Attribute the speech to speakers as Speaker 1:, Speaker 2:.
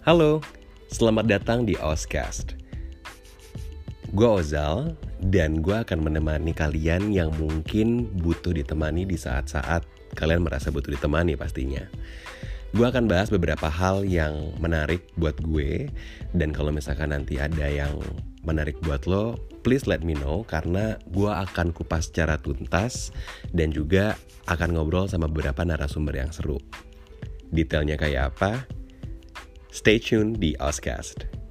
Speaker 1: Halo, selamat datang di Oscast. Gue Ozal, dan gue akan menemani kalian yang mungkin butuh ditemani di saat-saat kalian merasa butuh ditemani pastinya. Gue akan bahas beberapa hal yang menarik buat gue, dan kalau misalkan nanti ada yang menarik buat lo, please let me know, karena gue akan kupas secara tuntas, dan juga akan ngobrol sama beberapa narasumber yang seru. Detailnya kayak apa? Stay tuned di Oscast.